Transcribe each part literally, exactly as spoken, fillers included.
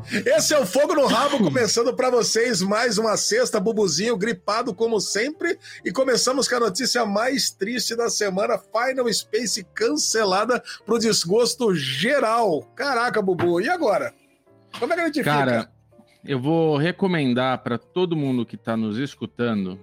Esse é o Fogo no Rabo, começando para vocês mais uma sexta, Bubuzinho gripado como sempre, e começamos com a notícia mais triste da semana, Final Space cancelada pro desgosto geral. Caraca, Bubu, e agora? Como é que a gente Cara, fica? Eu vou recomendar para todo mundo que está nos escutando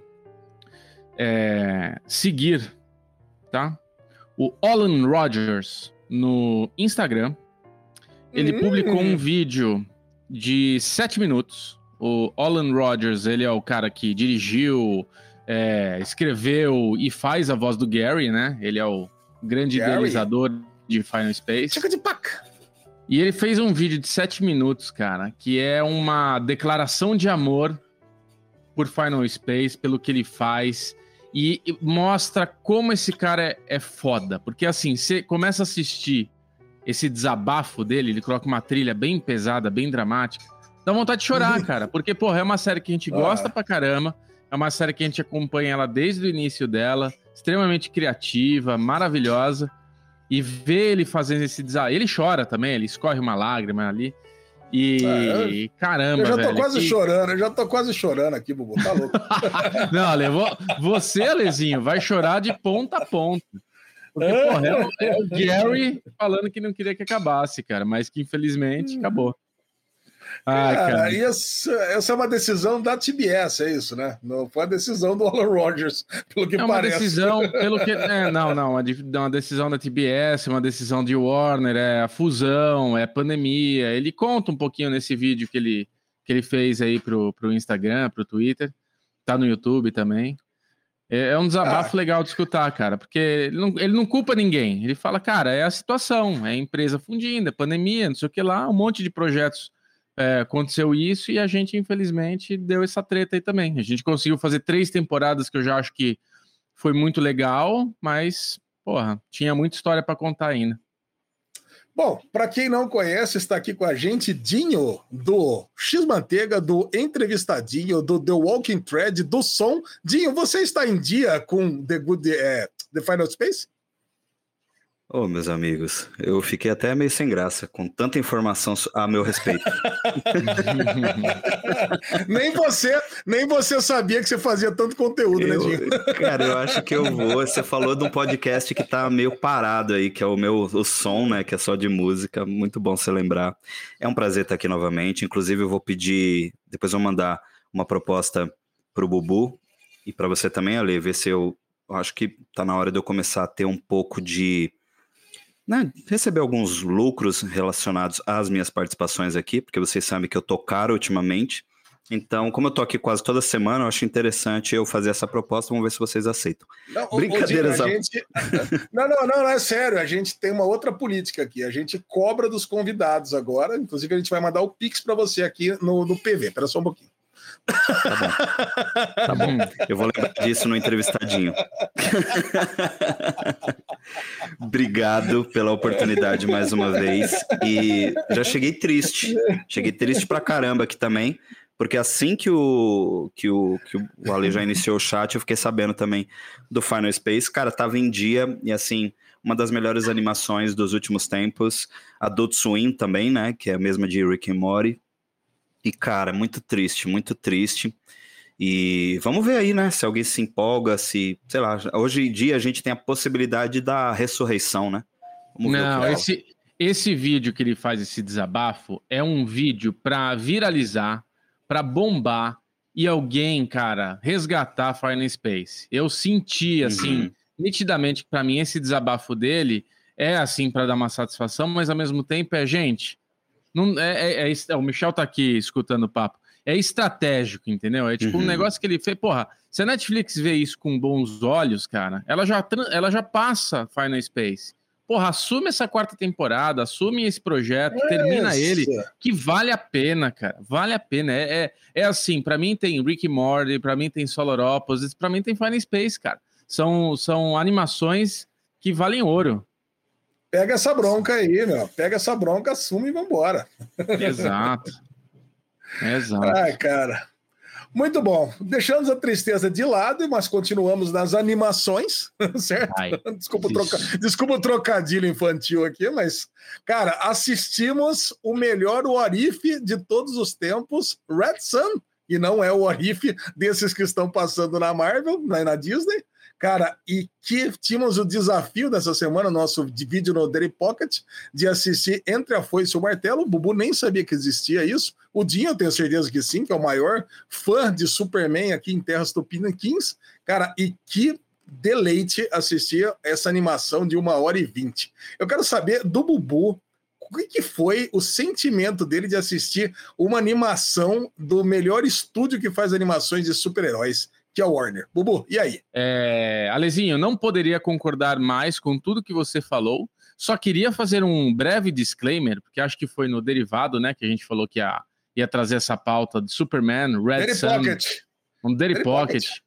é, seguir, tá? O Alan Rogers no Instagram. Ele hum. publicou um vídeo de sete minutos. O Alan Rogers, ele é o cara que dirigiu, é, escreveu e faz a voz do Gary, né? Ele é o grande Gary. idealizador de Final Space. Chica de paca! E ele fez um vídeo de sete minutos, cara, que é uma declaração de amor por Final Space, pelo que ele faz, e mostra como esse cara é, é foda. Porque assim, você começa a assistir esse desabafo dele, ele coloca uma trilha bem pesada, bem dramática, dá vontade de chorar, cara, porque, porra, é uma série que a gente gosta ah. pra caramba, é uma série que a gente acompanha ela desde o início dela, extremamente criativa, maravilhosa, e ver ele fazendo esse desabafo, ele chora também, ele escorre uma lágrima ali, e ah, eu, caramba, eu já tô velho, quase que... chorando, eu já tô quase chorando aqui, Bubu, tá louco. Não, Ale, você, Alezinho, vai chorar de ponta a ponta. Porque, porra, é o, é o Gary falando que não queria que acabasse, cara, mas que infelizmente acabou. Ai, cara, cara. Essa, essa é uma decisão da T B S, é isso, né? Não foi a decisão do Alan Rogers, pelo que é parece. É uma decisão, pelo que... É, não, não, é uma decisão da T B S, uma decisão de Warner, é a fusão, é a pandemia. Ele conta um pouquinho nesse vídeo que ele, que ele fez aí pro, pro Instagram, pro Twitter, tá no YouTube também. É um desabafo ah. legal de escutar, cara, porque ele não, ele não culpa ninguém. Ele fala, cara, é a situação, é a empresa fundindo, é pandemia, não sei o que lá, um monte de projetos é, aconteceu isso e a gente, infelizmente, deu essa treta aí também. A gente conseguiu fazer três temporadas que eu já acho que foi muito legal, mas, porra, tinha muita história pra contar ainda. Bom, para quem não conhece, está aqui com a gente Dinho, do X-Manteiga, do Entrevistadinho, do The Walking Thread, do Som. Dinho, você está em dia com The, Good, é, The Final Space? Ô, oh, meus amigos, eu fiquei até meio sem graça com tanta informação a meu respeito. nem você, nem você sabia que você fazia tanto conteúdo, eu, né, Dinho? Cara, eu acho que eu vou. Você falou de um podcast que tá meio parado aí, que é o meu o Som, né, que é só de música. Muito bom você lembrar. É um prazer estar aqui novamente. Inclusive, eu vou pedir, depois eu vou mandar uma proposta pro Bubu e para você também, Ale, ver se eu, eu acho que tá na hora de eu começar a ter um pouco de Né, receber alguns lucros relacionados às minhas participações aqui, porque vocês sabem que eu tô caro ultimamente. Então, como eu tô aqui quase toda semana, eu acho interessante eu fazer essa proposta. Vamos ver se vocês aceitam. Não, Brincadeiras. Ô, Dinho, a gente... não, não, não, não, é sério. A gente tem uma outra política aqui. A gente cobra dos convidados agora. Inclusive, a gente vai mandar o Pix para você aqui no, no P V. Espera só um pouquinho. Tá bom. Tá bom. Eu vou lembrar disso no Entrevistadinho. Obrigado pela oportunidade mais uma vez. E já cheguei triste. Cheguei triste pra caramba aqui também. Porque assim que o, que o, que o Ale já iniciou o chat, eu fiquei sabendo também do Final Space. Cara, tava em dia. E assim, uma das melhores animações dos últimos tempos. Adult Swim também, né? Que é a mesma de Rick and Morty. E, cara, muito triste, muito triste. E vamos ver aí, né, se alguém se empolga, se, sei lá, hoje em dia a gente tem a possibilidade da ressurreição, né? Vamos Não, ver o que esse, esse vídeo que ele faz, esse desabafo, é um vídeo para viralizar, para bombar e alguém, cara, resgatar Final Space. Eu senti, assim, uhum. nitidamente que para mim esse desabafo dele é, assim, para dar uma satisfação, mas ao mesmo tempo é, gente... Não, é, é, é, o Michel tá aqui escutando o papo. É estratégico, entendeu? É tipo uhum. um negócio que ele fez. Porra, se a Netflix vê isso com bons olhos, cara, ela já, ela já passa Final Space. Porra, assume essa quarta temporada, assume esse projeto, é termina essa. ele, que vale a pena, cara. Vale a pena. É, é, é assim, pra mim tem Rick and Morty, pra mim tem Solar Opposites, pra mim tem Final Space, cara. São, são animações que valem ouro. Pega essa bronca aí, meu. Pega essa bronca, assume e vambora. Exato. Exato. Ai, cara. Muito bom. Deixamos a tristeza de lado, mas continuamos nas animações, certo? Ai, desculpa, o troca... Desculpa o trocadilho infantil aqui, mas, cara, assistimos o melhor What If de todos os tempos, Red Sun, e não é o What If desses que estão passando na Marvel, né, na Disney. Cara, e que tínhamos o desafio dessa semana, nosso vídeo no Daily Pocket, de assistir Entre a Foice e o Martelo. O Bubu nem sabia que existia isso. O Dinho, eu tenho certeza que sim, que é o maior fã de Superman aqui em Terras Tupiniquins. Cara, e que deleite assistir essa animação de uma hora e vinte. Eu quero saber do Bubu, o que foi o sentimento dele de assistir uma animação do melhor estúdio que faz animações de super-heróis, que é o Warner. Bubu, e aí? É, Alezinho, não poderia concordar mais com tudo que você falou, só queria fazer um breve disclaimer, porque acho que foi no Derivado, né, que a gente falou que ia, ia trazer essa pauta de Superman, Red Daily Sun, Pocket. um Daily, Daily Pocket, Pocket.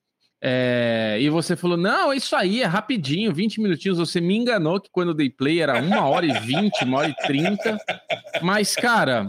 É, e você falou, não, isso aí é rapidinho, vinte minutinhos, você me enganou que quando eu dei play era uma hora e vinte, uma hora e trinta, mas, cara,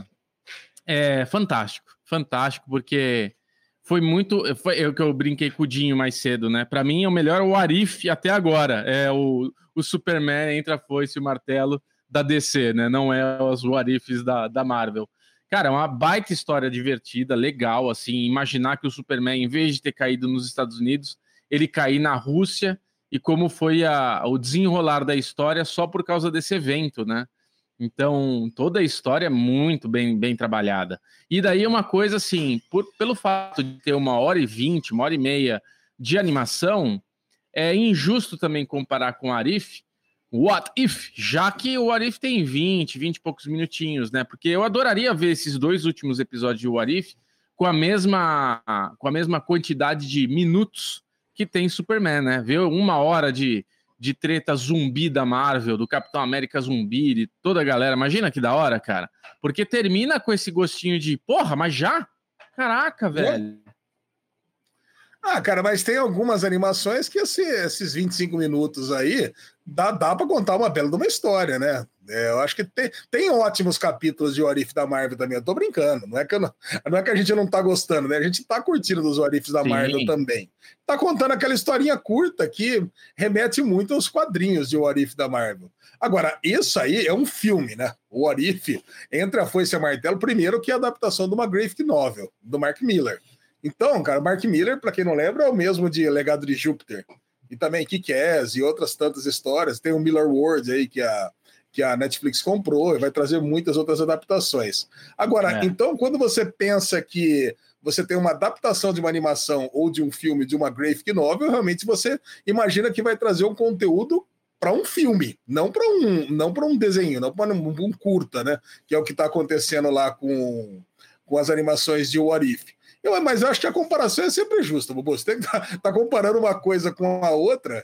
é fantástico, fantástico, porque... Foi muito... Foi o que eu brinquei com o Dinho mais cedo, né? Pra mim, é o melhor What If até agora. É o, o Superman Entre a Foice e o Martelo da D C, né? Não é os What Ifs da, da Marvel. Cara, é uma baita história divertida, legal, assim. Imaginar que o Superman, em vez de ter caído nos Estados Unidos, ele cair na Rússia e como foi a, o desenrolar da história só por causa desse evento, né? Então, toda a história é muito bem, bem trabalhada. E daí uma coisa assim, por, pelo fato de ter uma hora e vinte, uma hora e meia de animação, é injusto também comparar com o What If, What If, já que o What If tem vinte, vinte e poucos minutinhos, né? Porque eu adoraria ver esses dois últimos episódios de What If com a mesma, com a mesma quantidade de minutos que tem Superman, né? Ver uma hora de... de treta zumbi da Marvel, do Capitão América zumbi, de toda a galera. Imagina que da hora, cara. Porque termina com esse gostinho de, porra, mas já? Caraca, velho. Ah, cara, mas tem algumas animações que esse, esses vinte e cinco minutos aí dá, dá pra contar uma bela de uma história, né? É, eu acho que tem, tem ótimos capítulos de What If da Marvel também. Eu tô brincando, não é que, eu não, não é que a gente não tá gostando, né? A gente tá curtindo dos What Ifs da Sim. Marvel também. Tá contando aquela historinha curta que remete muito aos quadrinhos de What If da Marvel. Agora, isso aí é um filme, né? O What If, Entre a Foice e o Martelo, primeiro que é a adaptação de uma graphic novel, do Mark Miller. Então, cara, o Mark Miller, para quem não lembra, é o mesmo de Legado de Júpiter. E também Kick-Ass e outras tantas histórias. Tem o Miller World aí, que a, que a Netflix comprou e vai trazer muitas outras adaptações. Agora, é. então, quando você pensa que você tem uma adaptação de uma animação ou de um filme, de uma graphic novel, realmente você imagina que vai trazer um conteúdo para um filme, não para um, não para um desenho, não para um, um curta, né? Que é o que está acontecendo lá com, com as animações de What If. Eu, mas eu acho que a comparação é sempre justa, Bubu. Você tem que estar tá comparando uma coisa com a outra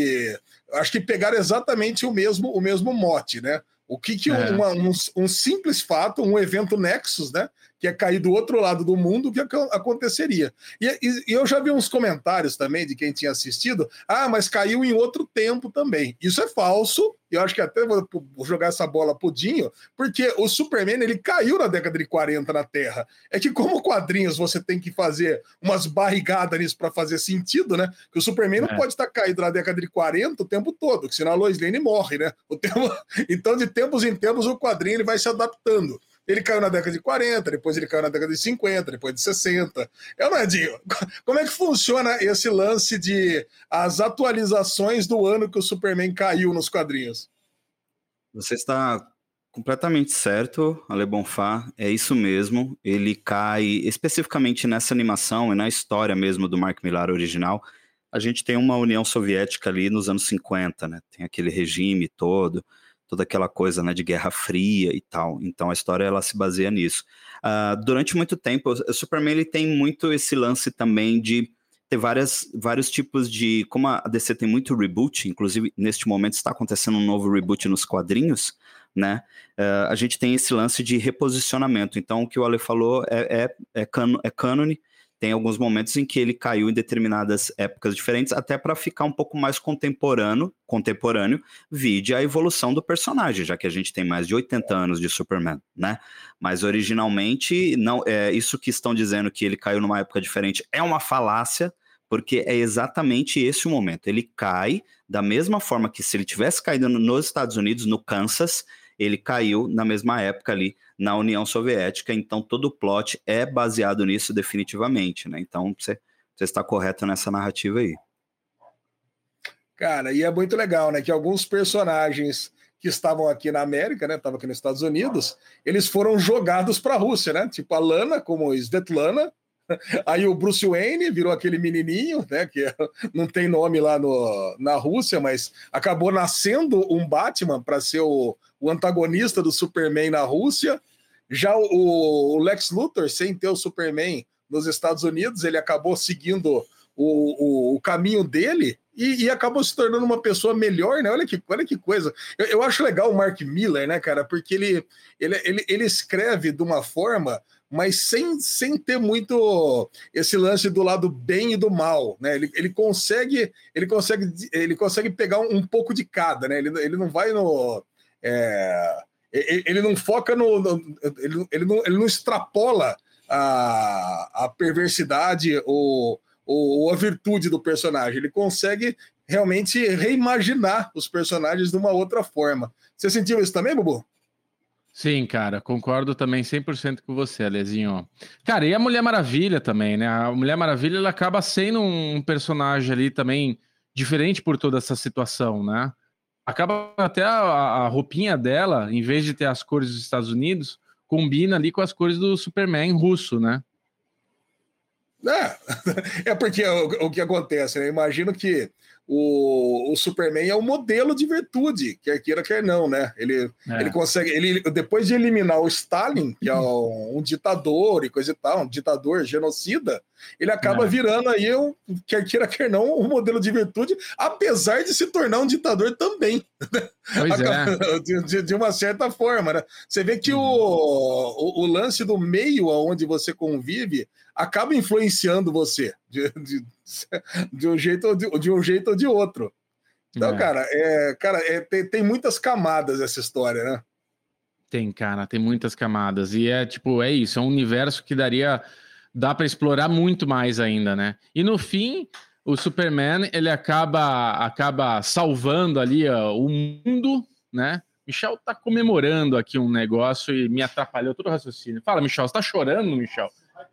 e acho que pegaram exatamente o mesmo, o mesmo mote, né? O que, que é. uma, um, um simples fato, um evento Nexus, né? Que é cair do outro lado do mundo, o que aconteceria. E, e, e eu já vi uns comentários também de quem tinha assistido, ah, mas caiu em outro tempo também. Isso é falso, e eu acho que até vou, vou jogar essa bola pro Dinho, porque o Superman, ele caiu na década de quarenta na Terra. É que como quadrinhos você tem que fazer umas barrigadas nisso para fazer sentido, né? Que o Superman não é. pode estar caído na década de quarenta o tempo todo, porque senão a Lois Lane morre, né? O tempo... Então, de tempos em tempos, o quadrinho ele vai se adaptando. Ele caiu na década de quarenta, depois ele caiu na década de cinquenta, depois de sessenta. É, Nadinho, como é que funciona esse lance de as atualizações do ano que o Superman caiu nos quadrinhos? Você está completamente certo, Ale Bonfá, é isso mesmo. Ele cai especificamente nessa animação e na história mesmo do Mark Millar original. A gente tem uma União Soviética ali nos anos cinquenta, né? Tem aquele regime todo, toda aquela coisa, né, de Guerra Fria e tal. Então a história ela se baseia nisso. Uh, durante muito tempo, o Superman ele tem muito esse lance também de ter várias, vários tipos de... Como a D C tem muito reboot, inclusive neste momento está acontecendo um novo reboot nos quadrinhos, né? Uh, a gente tem esse lance de reposicionamento. Então o que o Ale falou é, é, é, cano, é cânone, tem alguns momentos em que ele caiu em determinadas épocas diferentes, até para ficar um pouco mais contemporâneo, contemporâneo, vide a evolução do personagem, já que a gente tem mais de oitenta anos de Superman, né? Mas originalmente, não, é, isso que estão dizendo que ele caiu numa época diferente é uma falácia, porque é exatamente esse o momento. Ele cai da mesma forma que se ele tivesse caído nos Estados Unidos, no Kansas, ele caiu na mesma época ali na União Soviética, então todo o plot é baseado nisso definitivamente, né? Então você, você está correto nessa narrativa aí. Cara, e é muito legal, né? Que alguns personagens que estavam aqui na América, né? Estavam aqui nos Estados Unidos, eles foram jogados para a Rússia, né? Tipo a Lana, como Svetlana. Aí o Bruce Wayne virou aquele menininho, né, que não tem nome lá no, na Rússia, mas acabou nascendo um Batman para ser o, o antagonista do Superman na Rússia. Já o, o Lex Luthor, sem ter o Superman nos Estados Unidos, ele acabou seguindo o, o, o caminho dele e, e acabou se tornando uma pessoa melhor, né? Olha que, olha que coisa. Eu, eu acho legal o Mark Miller, né, cara, porque ele, ele, ele, ele escreve de uma forma, mas sem, sem ter muito esse lance do lado bem e do mal, né? Ele, ele consegue ele consegue ele consegue pegar um, um pouco de cada, né? Ele, ele não vai no é, ele, ele não foca no, no ele, ele, não, ele não extrapola a, a perversidade ou, ou a virtude do personagem. Ele consegue realmente reimaginar os personagens de uma outra forma. Você sentiu isso também, Bubu? Sim, cara, concordo também cem por cento com você, Alezinho. Cara, e a Mulher Maravilha também, né? A Mulher Maravilha, ela acaba sendo um personagem ali também diferente por toda essa situação, né? Acaba até a, a roupinha dela, em vez de ter as cores dos Estados Unidos, combina ali com as cores do Superman russo, né? É, é porque o, o que acontece, né? Eu imagino que o, o Superman é um modelo de virtude, quer queira, quer não, né? Ele, é. ele consegue, ele, depois de eliminar o Stalin, que é um, um ditador e coisa e tal, um ditador genocida, ele acaba é. virando aí, um, quer queira, quer não, um modelo de virtude, apesar de se tornar um ditador também. Pois é. De, de, de uma certa forma, né? Você vê que o, o, o lance do meio onde você convive acaba influenciando você de, de, de, um, jeito, de, de um jeito ou de outro. Então, é. cara, é, cara é, tem, tem muitas camadas essa história, né? Tem, cara, tem muitas camadas. E é tipo, é isso, é um universo que daria, dá para explorar muito mais ainda, né? E no fim, o Superman, ele acaba, acaba salvando ali ó, o mundo, né? Michel tá comemorando aqui um negócio e me atrapalhou todo o raciocínio. Fala, Michel, você tá chorando, Michel?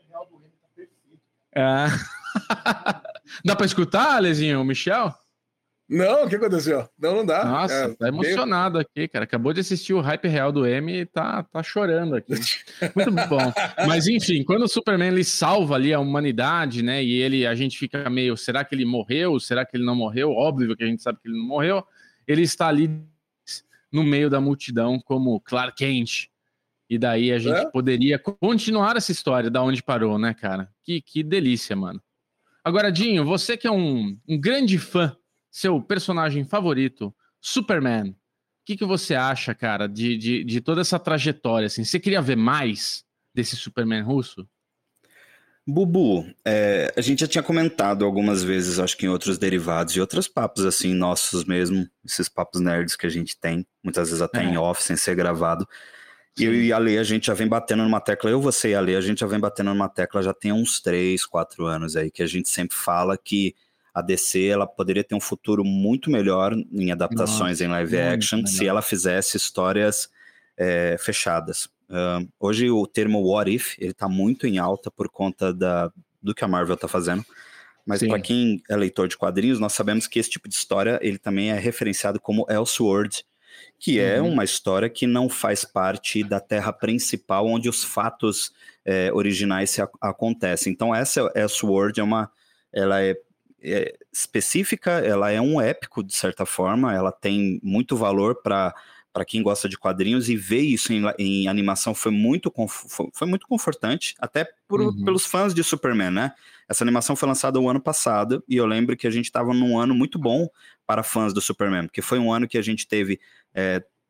É. Dá pra escutar, Alezinho, o Michel? Não, o que aconteceu? Não, não dá. Nossa, é, tá emocionado aqui, cara. Acabou de assistir o Hype Real do M e tá, tá chorando aqui. Muito bom. Mas enfim, quando o Superman ele salva ali a humanidade, né? E ele, a gente fica meio, será que ele morreu? Será que ele não morreu? Óbvio que a gente sabe que ele não morreu. Ele está ali no meio da multidão como Clark Kent. E daí a gente é? poderia continuar essa história da onde parou, né, cara? Que, que delícia, mano. Agora, Dinho, você que é um, um grande fã, seu personagem favorito, Superman, o que, que você acha, cara, de, de, de toda essa trajetória? Assim? Você queria ver mais desse Superman russo? Bubu, é, a gente já tinha comentado algumas vezes, acho que em outros derivados e outros papos assim, nossos mesmo, esses papos nerds que a gente tem, muitas vezes até é. em off, sem ser gravado. E eu e a Lê, a gente já vem batendo numa tecla, eu, você e a Lê, a gente já vem batendo numa tecla já tem uns três, quatro anos aí, que a gente sempre fala que a D C, ela poderia ter um futuro muito melhor em adaptações Nossa, em live action, se ela fizesse histórias é, fechadas. Uh, hoje o termo What If, ele tá muito em alta por conta da, do que a Marvel tá fazendo, mas para quem é leitor de quadrinhos, nós sabemos que esse tipo de história, ele também é referenciado como Elseworld, que é uhum. uma história que não faz parte da Terra principal, onde os fatos é, originais se a, acontecem. Então essa Elseworld é uma, ela é, é específica, ela é um épico de certa forma, ela tem muito valor para para quem gosta de quadrinhos, e ver isso em, em animação foi muito, foi, foi muito confortante, até por, uhum. pelos fãs de Superman, né? Essa animação foi lançada o ano passado, e eu lembro que a gente estava num ano muito bom para fãs do Superman, porque foi um ano que a gente teve é,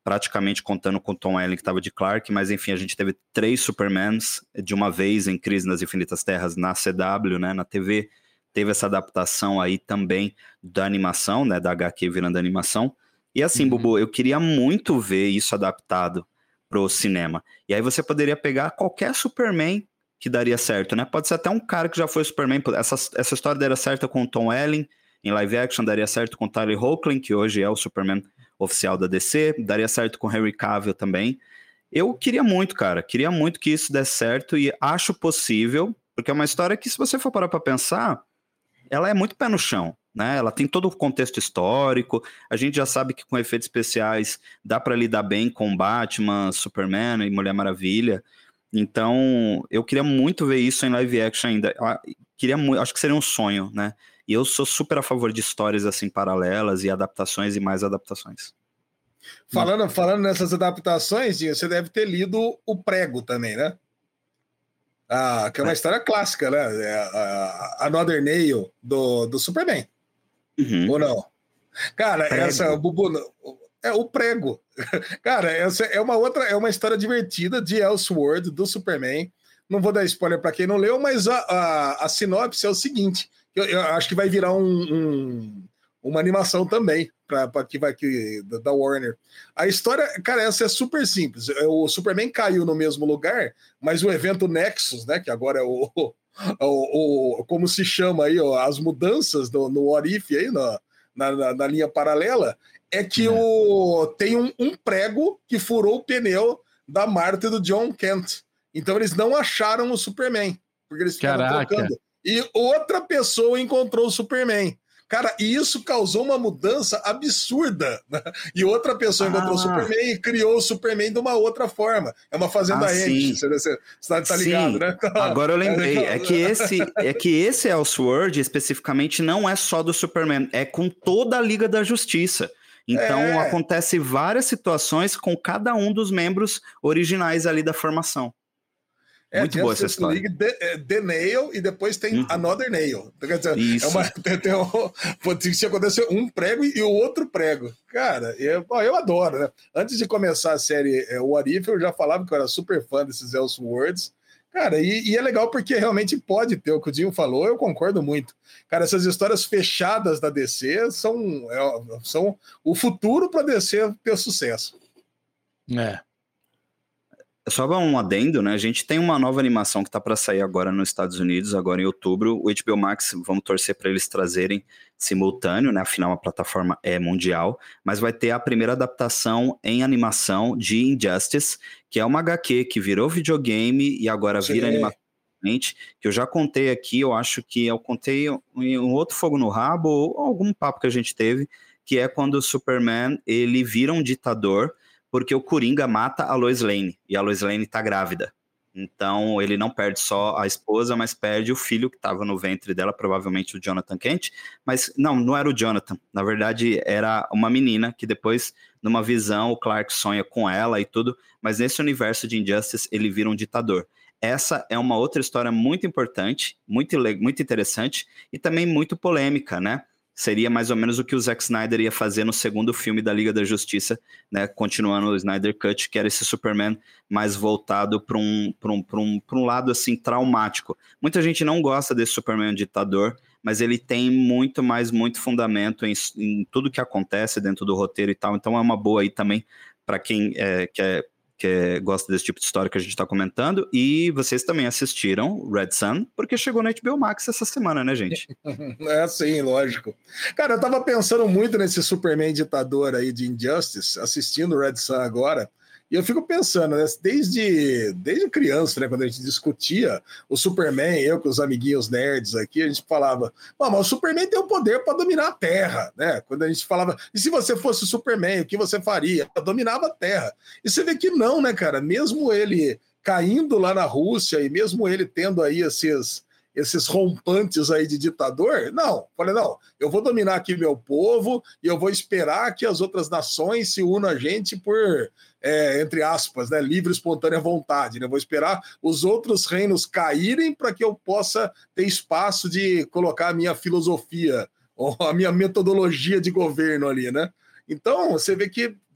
praticamente contando com o Tom Welling, que estava de Clark, mas enfim, a gente teve três Supermans de uma vez em Crise nas Infinitas Terras na C W, né, na T V. Teve essa adaptação aí também da animação, né, da H Q virando animação. E assim, uhum. Bubu, eu queria muito ver isso adaptado pro cinema. E aí você poderia pegar qualquer Superman que daria certo, né? Pode ser até um cara que já foi Superman. Essa, essa história daria certo com o Tom Welling, em live action, daria certo com o Tyler Hoechlin, que hoje é o Superman oficial da D C, daria certo com o Henry Cavill também. Eu queria muito, cara, queria muito que isso desse certo e acho possível, porque é uma história que, se você for parar pra pensar, ela é muito pé no chão, né? Ela tem todo o contexto histórico, a gente já sabe que com efeitos especiais dá para lidar bem com Batman, Superman e Mulher Maravilha. Então, eu queria muito ver isso em live action ainda. Eu queria muito, acho que seria um sonho, né? E eu sou super a favor de histórias assim paralelas e adaptações e mais adaptações. Falando, falando nessas adaptações, você deve ter lido O Prego também, né? Ah, que é uma é. história clássica, né? É a Another Nail do, do Superman. Uhum. Ou não? Cara, prego. essa Bubu, é O Prego. Cara, essa é uma outra, é uma história divertida de Elseworld do Superman. Não vou dar spoiler para quem não leu, mas a, a, a sinopse é o seguinte: eu, eu acho que vai virar um, um, uma animação também para que vai que da Warner. A história, cara, essa é super simples. O Superman caiu no mesmo lugar, mas o evento Nexus, né, que agora é o, o, o como se chama aí, ó, as mudanças no, no What If aí na, na, na linha paralela, é que é. O, tem um, um prego que furou o pneu da Marta e do John Kent. Então eles não acharam o Superman, porque eles ficaram trocando. E outra pessoa encontrou o Superman. Cara, e isso causou uma mudança absurda, né? E outra pessoa ah. encontrou o Superman e criou o Superman de uma outra forma. É uma fazenda ah, Ent, você, você tá, tá ligado, né? Então, agora eu lembrei, é que esse é que esse Elseworld especificamente não é só do Superman, é com toda a Liga da Justiça. Então é. acontece várias situações com cada um dos membros originais ali da formação. É, muito boa essa história. League, The, The Nail e depois tem uhum. Another Nail. Quer dizer, Isso. É uma, tem, tem um, se acontecer um prego e o outro prego. Cara, eu, eu adoro, né? Antes de começar a série é, What If, eu já falava que eu era super fã desses Elseworlds. Cara, e, e é legal porque realmente pode ter, o que o Dinho falou, eu concordo muito. Cara, essas histórias fechadas da D C são, é, são o futuro para a D C ter sucesso. É. Só um adendo, né? A gente tem uma nova animação que tá para sair agora nos Estados Unidos, agora em outubro. O H B O Max, vamos torcer para eles trazerem simultâneo, né? Afinal, a plataforma é mundial. Mas vai ter a primeira adaptação em animação de Injustice, que é uma H Q que virou videogame e agora Sim. vira animação. Que eu já contei aqui, eu acho que eu contei em um outro Fogo no Rabo, ou algum papo que a gente teve, que é quando o Superman, ele vira um ditador, porque o Coringa mata a Lois Lane, e a Lois Lane tá grávida. Então, ele não perde só a esposa, mas perde o filho que estava no ventre dela, provavelmente o Jonathan Kent. Mas, não, não era o Jonathan. Na verdade, era uma menina que depois, numa visão, o Clark sonha com ela e tudo. Mas nesse universo de Injustice, ele vira um ditador. Essa é uma outra história muito importante, muito, muito interessante e também muito polêmica, né? Seria mais ou menos o que o Zack Snyder ia fazer no segundo filme da Liga da Justiça, né, continuando o Snyder Cut, que era esse Superman mais voltado para um, para um, para um, para um lado assim traumático. Muita gente não gosta desse Superman ditador, mas ele tem muito mais, muito fundamento em, em tudo que acontece dentro do roteiro e tal, então é uma boa aí também para quem é, quer... que gosta desse tipo de história que a gente está comentando, e vocês também assistiram Red Sun, porque chegou na H B O Max essa semana, né, gente? É, sim, lógico. Cara, eu tava pensando muito nesse Superman ditador aí de Injustice, assistindo Red Sun agora, e eu fico pensando, né, desde, desde criança, né, quando a gente discutia o Superman, eu com os amiguinhos nerds aqui, a gente falava, mas o Superman tem o poder para dominar a Terra, né? Quando a gente falava, e se você fosse o Superman, o que você faria? Eu dominava a Terra. E você vê que não, né, cara? Mesmo ele caindo lá na Rússia e mesmo ele tendo aí esses... esses rompantes aí de ditador, não, falei, não, eu vou dominar aqui meu povo e eu vou esperar que as outras nações se unam a gente por, é, entre aspas, né, livre, espontânea vontade, né, vou esperar os outros reinos caírem para que eu possa ter espaço de colocar a minha filosofia ou a minha metodologia de governo ali, né, então você vê que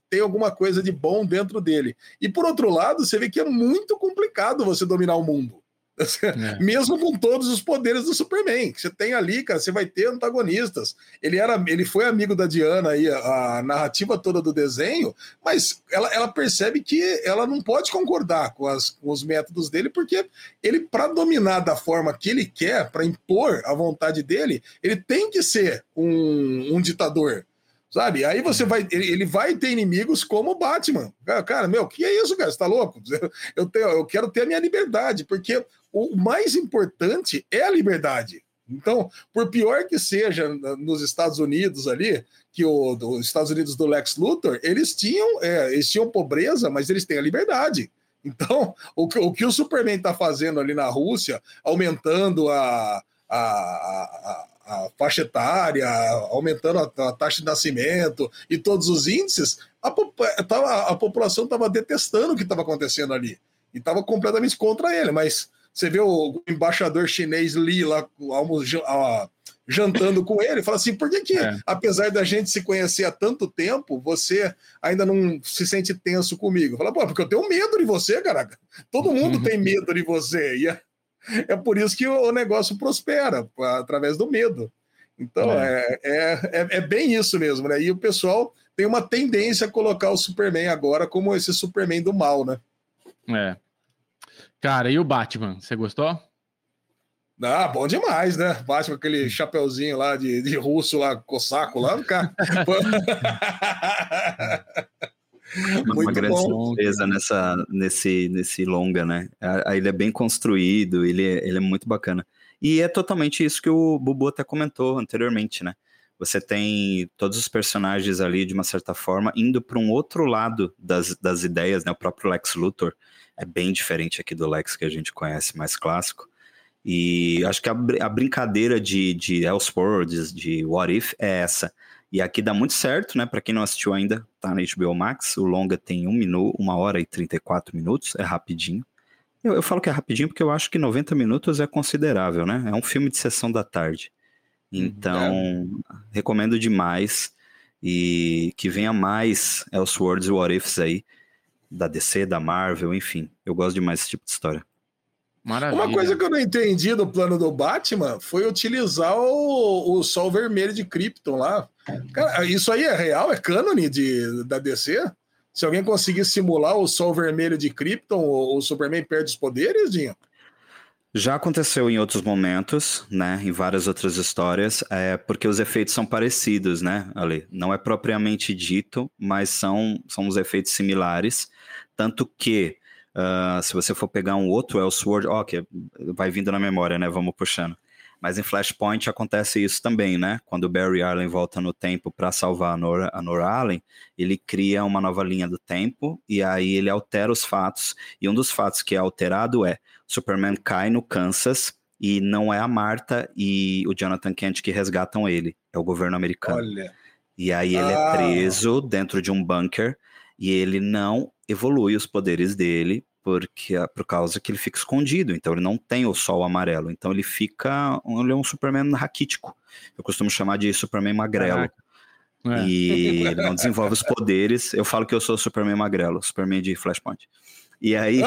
tem alguma coisa de bom dentro dele. E por outro lado, você vê que é muito complicado você dominar o mundo. É. Mesmo com todos os poderes do Superman, que você tem ali, cara, você vai ter antagonistas. Ele, era, ele foi amigo da Diana aí, a, a narrativa toda do desenho, mas ela, ela percebe que ela não pode concordar com, as, com os métodos dele, porque ele, para dominar da forma que ele quer, para impor a vontade dele, ele tem que ser um, um ditador. Sabe? Aí você vai, ele, ele vai ter inimigos como o Batman. Cara, meu, o que é isso, cara? Você tá louco? Eu, tenho, eu quero ter a minha liberdade, porque o mais importante é a liberdade. Então, por pior que seja nos Estados Unidos ali, que o, os Estados Unidos do Lex Luthor, eles tinham, é, eles tinham pobreza, mas eles têm a liberdade. Então, o que o, que o Superman está fazendo ali na Rússia, aumentando a, a, a, a faixa etária, aumentando a, a taxa de nascimento e todos os índices, a, tava, a população estava detestando o que estava acontecendo ali. E estava completamente contra ele, mas você vê o embaixador chinês Li lá jantando com ele, fala assim, por que que, é. apesar da gente se conhecer há tanto tempo, você ainda não se sente tenso comigo? Fala, pô, porque eu tenho medo de você, caraca. Todo mundo tem medo de você. E é, é por isso que o negócio prospera, através do medo. Então, é, é, é, é bem isso mesmo, né? E o pessoal tem uma tendência a colocar o Superman agora como esse Superman do mal, né? É. Cara, e o Batman? Você gostou? Ah, bom demais, né? Batman, aquele chapeuzinho lá de, de russo lá, cossaco lá, cara. Uma Muito grande bom. surpresa nessa, nesse, nesse longa, né? Ele é bem construído, ele é, ele é muito bacana. E é totalmente isso que o Bubu até comentou anteriormente, né? Você tem todos os personagens ali, de uma certa forma, indo para um outro lado das, das ideias, né? O próprio Lex Luthor é bem diferente aqui do Lex que a gente conhece, mais clássico. E acho que a, a brincadeira de, de Elseworlds, de What If, é essa. E aqui dá muito certo, né? Para quem não assistiu ainda, tá na H B O Max. O longa tem um minuto, uma hora e trinta e quatro minutos, é rapidinho. Eu, eu falo que é rapidinho porque eu acho que noventa minutos é considerável, né? É um filme de sessão da tarde. Então, é. recomendo demais. E que venha mais Elseworlds e What Ifs aí, da D C, da Marvel, enfim. Eu gosto demais desse tipo de história. Maravilha. Uma coisa que eu não entendi do plano do Batman foi utilizar o, o Sol Vermelho de Krypton lá. Cara, isso aí é real? É cânone de, da D C? Se alguém conseguir simular o Sol Vermelho de Krypton, o, o Superman perde os poderes, Dinho? Já aconteceu em outros momentos, né? Em várias outras histórias, é, porque os efeitos são parecidos, né, Ali? Não é propriamente dito, mas são, são os efeitos similares. Tanto que, uh, se você for pegar um outro Elseworld, ó, que vai vindo na memória, né? Vamos puxando. Mas em Flashpoint acontece isso também, né? Quando o Barry Allen volta no tempo para salvar a Nora, a Nora Allen, ele cria uma nova linha do tempo e aí ele altera os fatos. E um dos fatos que é alterado é Superman cai no Kansas e não é a Martha e o Jonathan Kent que resgatam ele, é o governo americano. Olha. E aí ele ah. é preso dentro de um bunker e ele não evolui os poderes dele porque, por causa que ele fica escondido, então ele não tem o sol amarelo, então ele fica, ele é um Superman raquítico, eu costumo chamar de Superman magrelo, é. E ele não desenvolve os poderes, eu falo que eu sou o Superman magrelo, Superman de Flashpoint, e aí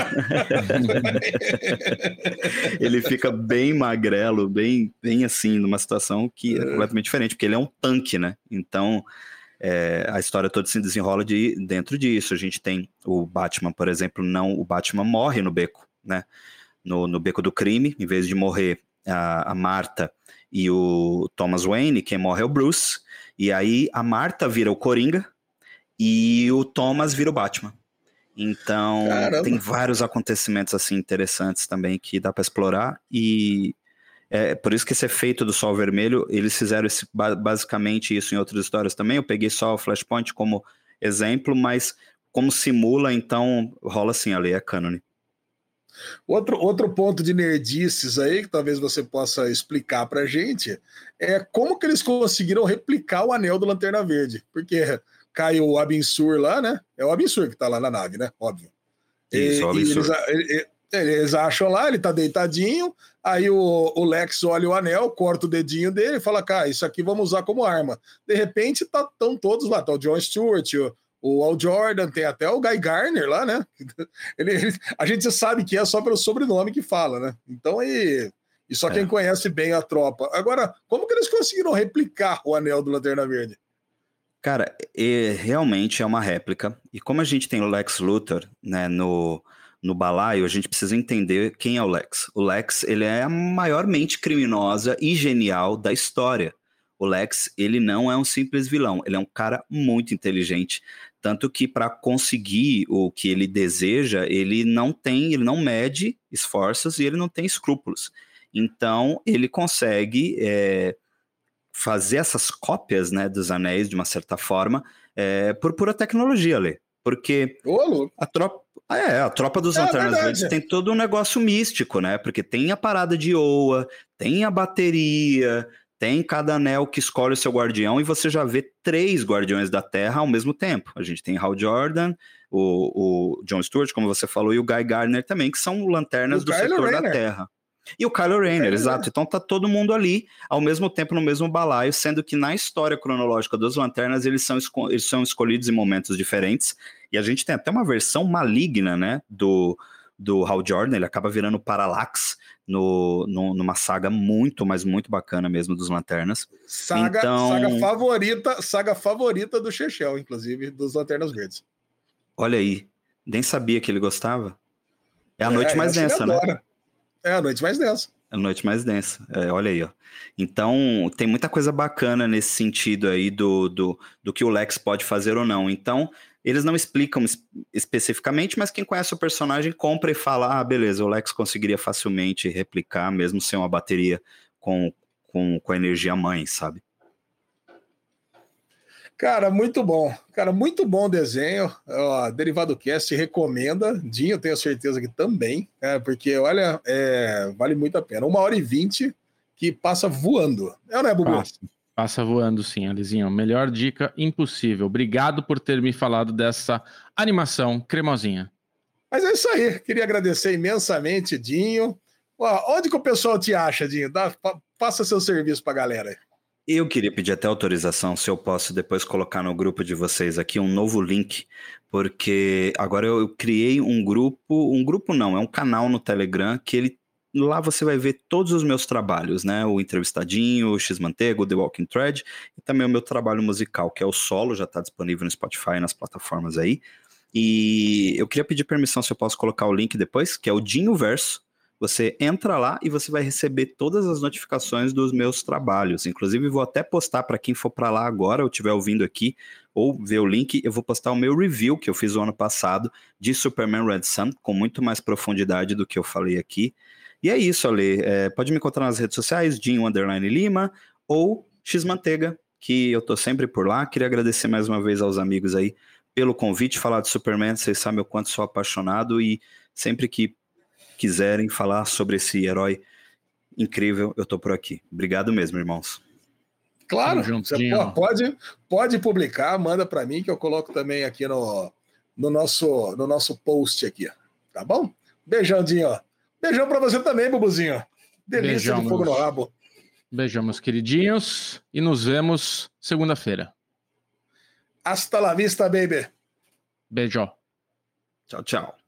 ele fica bem magrelo, bem, bem assim, numa situação que é completamente diferente, porque ele é um tanque, né, então... É, a história toda se desenrola de, dentro disso. A gente tem o Batman, por exemplo, não, o Batman morre no beco, né? No, no beco do crime, em vez de morrer a, a Martha e o Thomas Wayne, quem morre é o Bruce, e aí a Martha vira o Coringa e o Thomas vira o Batman. Então, Caramba. Tem vários acontecimentos assim interessantes também que dá para explorar e é por isso que esse efeito do Sol Vermelho, eles fizeram esse, basicamente isso em outras histórias também. Eu peguei só o Flashpoint como exemplo, mas como simula, então rola assim, a lei é cânone. Outro, outro ponto de nerdices aí, que talvez você possa explicar pra gente, é como que eles conseguiram replicar o anel do Lanterna Verde. Porque cai o Abin Sur lá, né? É o Abin Sur que tá lá na nave, né? Óbvio. Isso, e, o Abin Sur. Eles, eles acham lá, ele tá deitadinho, aí o, o Lex olha o anel, corta o dedinho dele e fala, cara, isso aqui vamos usar como arma. De repente, estão tá, todos lá, tá o John Stewart, o, o Al Jordan, tem até o Guy Gardner lá, né? Ele, ele, a gente sabe que é só pelo sobrenome que fala, né? Então, e, e só quem é. conhece bem a tropa. Agora, como que eles conseguiram replicar o anel do Lanterna Verde? Cara, é, realmente é uma réplica. E como a gente tem o Lex Luthor, né, no, no balaio, a gente precisa entender quem é o Lex. O Lex, ele é a maior mente criminosa e genial da história. O Lex, ele não é um simples vilão, ele é um cara muito inteligente. Tanto que para conseguir o que ele deseja, ele não tem, ele não mede esforços e ele não tem escrúpulos. Então, ele consegue é, fazer essas cópias, né, dos anéis, de uma certa forma, é, por pura tecnologia, Lê. Porque Ô, a tropa, é, a tropa dos é, Lanternas Verdes tem todo um negócio místico, né? Porque tem a parada de Oa, tem a bateria... Tem cada anel que escolhe o seu guardião e você já vê três Guardiões da Terra ao mesmo tempo. A gente tem Hal Jordan, o, o John Stewart, como você falou, e o Guy Gardner também, que são lanternas do Kylo setor Rayner. da Terra. E o Kylo Rayner, exato. Então tá todo mundo ali, ao mesmo tempo, no mesmo balaio, sendo que na história cronológica dos Lanternas, eles são, esco- eles são escolhidos em momentos diferentes. E a gente tem até uma versão maligna, né, do... do Hal Jordan, ele acaba virando Parallax no, no, numa saga muito, mas muito bacana mesmo dos Lanternas. Saga, então... saga favorita, saga favorita do Chechel, inclusive, dos Lanternas Verdes. Olha aí, nem sabia que ele gostava. É a noite é, mais densa, né? É a noite mais densa. É a noite mais densa, é, olha aí, ó. Então, tem muita coisa bacana nesse sentido aí do, do, do que o Lex pode fazer ou não. Então, eles não explicam es- especificamente, mas quem conhece o personagem compra e fala, ah, beleza, o Lex conseguiria facilmente replicar, mesmo sem uma bateria com, com, com a energia mãe, sabe? Cara, muito bom. Cara, muito bom o desenho. Ó, Derivado Cast recomenda. Dinho, tenho certeza que também, né? Porque, olha, é, vale muito a pena. Uma hora e vinte que passa voando. É ou não é, Bubu? Passa, passa voando, sim, Alizinho. Melhor dica impossível. Obrigado por ter me falado dessa animação cremosinha. Mas é isso aí. Queria agradecer imensamente, Dinho. Ó, onde que o pessoal te acha, Dinho? Dá, fa- faça seu serviço pra galera. Eu queria pedir até autorização, se eu posso depois colocar no grupo de vocês aqui um novo link, porque agora eu criei um grupo, um grupo não, é um canal no Telegram, que ele, lá você vai ver todos os meus trabalhos, né, o Entrevistadinho, o X-Manteiga, o The Walking Thread, e também o meu trabalho musical, que é o solo, já está disponível no Spotify e nas plataformas aí, e eu queria pedir permissão se eu posso colocar o link depois, que é o Dinho Verso. Você entra lá e você vai receber todas as notificações dos meus trabalhos. Inclusive, vou até postar para quem for para lá agora ou estiver ouvindo aqui, ou ver o link, eu vou postar o meu review que eu fiz o ano passado de Superman Red Sun, com muito mais profundidade do que eu falei aqui. E é isso, Ale. É, pode me encontrar nas redes sociais, Dinho Underline Lima, ou X-Manteiga, que eu tô sempre por lá. Queria agradecer mais uma vez aos amigos aí pelo convite, falar de Superman. Vocês sabem o quanto sou apaixonado e sempre que quiserem falar sobre esse herói incrível, eu tô por aqui. Obrigado mesmo, irmãos. Claro, você pode, pode publicar, manda para mim que eu coloco também aqui no, no, nosso, no nosso post aqui, tá bom? Beijão, Dinho. Beijão para você também, Bubuzinho. Delícia Beijão, de fogo meus... no rabo. Beijão, meus queridinhos, e nos vemos segunda-feira. Hasta la vista, baby. Beijo. Tchau, tchau.